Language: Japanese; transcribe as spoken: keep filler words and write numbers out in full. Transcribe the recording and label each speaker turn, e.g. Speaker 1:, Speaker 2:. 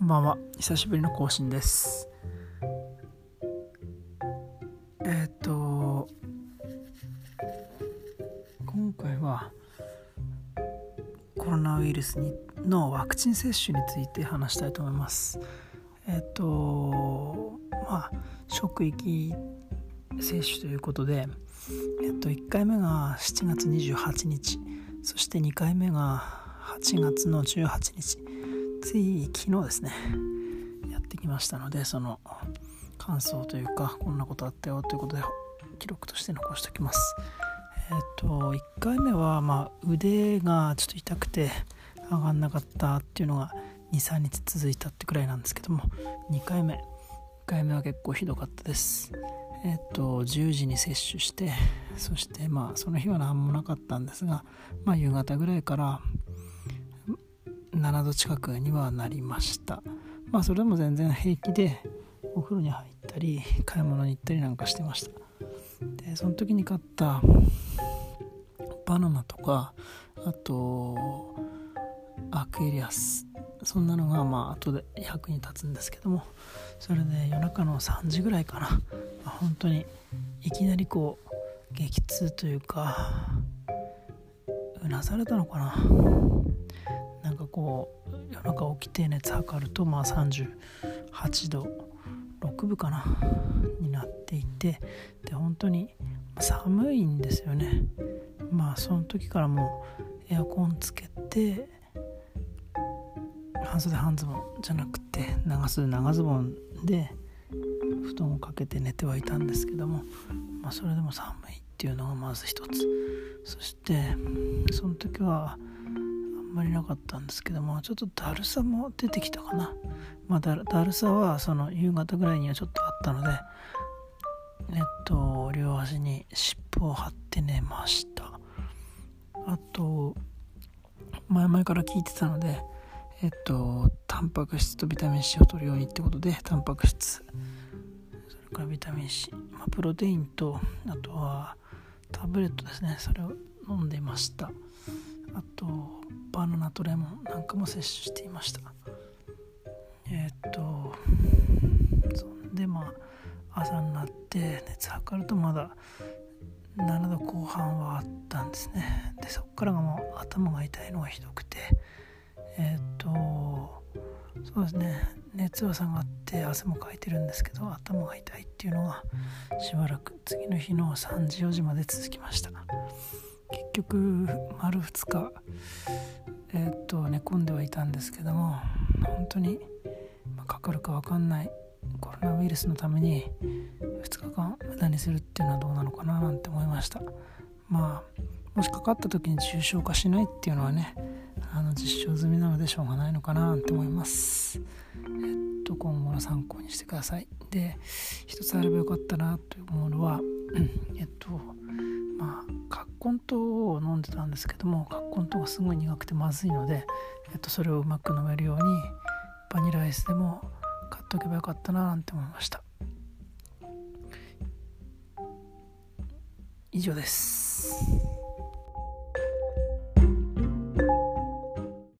Speaker 1: ばんは。久しぶりの更新です。えっ、と今回はコロナウイルスにのワクチン接種について話したいと思います。えっ、とまあ職域接種ということで、えっ、といっかいめがしちがつにじゅうはちにち、そしてにかいめがはちがつのじゅうはちにち、つい昨日ですねやってきましたので、その感想というかこんなことあったよということで記録として残しておきます。えっ、といっかいめは、まあ、腕がちょっと痛くて上がんなかったっていうのが にさんにち続いたってくらいなんですけども、にかいめいっかいめは結構ひどかったです。えっ、とじゅうじに接種して、そしてまあその日は何もなかったんですが、まあ夕方ぐらいからななど近くにはなりました。まあそれでも全然平気でお風呂に入ったり買い物に行ったりなんかしてました。でその時に買ったバナナとか、あとアクエリアス、そんなのがまあ後で役に立つんですけども、それで夜中のさんじぐらいかな、まあ、本当にいきなりこう激痛というかうなされたのかな、なんかこう夜中起きて熱測るとまあさんじゅうはちどろくぶかなになっていて、で本当に寒いんですよね。まあその時からもうエアコンつけて半袖半ズボンじゃなくて長袖長ズボンで布団をかけて寝てはいたんですけども、まあ、それでも寒いっていうのがまず一つ。そしてその時はあんまりなかったんですけども、ちょっとだるさも出てきたかな。まあ、だ, だるさはその夕方ぐらいにはちょっとあったので、えっと両足に湿布を貼って寝ました。あと前々から聞いてたので、えっとタンパク質とビタミン C を摂るようにってことで、タンパク質、それからビタミン C、まあ、プロテインと、あとはタブレットですね、それを飲んでいました。あとバナナとレモンなんかも摂取していました。えっとそんでまあ朝になって熱測るとまだななどこう半はあったんですね。でそこからがもう頭が痛いのがひどくて、えっとそうですね、熱は下がって汗もかいてるんですけど、頭が痛いっていうのがしばらく次の日のさんじよじまで続きました。結局丸ふつか、えっと寝込んではいたんですけども、本当に、まあ、かかるか分かんないコロナウイルスのためにふつかかん無駄にするっていうのはどうなのかななんて思いました。まあもしかかった時に重症化しないっていうのはね、あの実証済みなのでしょうがないのかななんて思います。えっと今後の参考にしてください。で一つあればよかったなと思うのはえっとまあ葛根湯を飲んでたんですけども、葛根湯がすごい苦くてまずいので、えっとそれをうまく飲めるようにバニラアイスでも買っとけばよかったななんて思いました。以上です。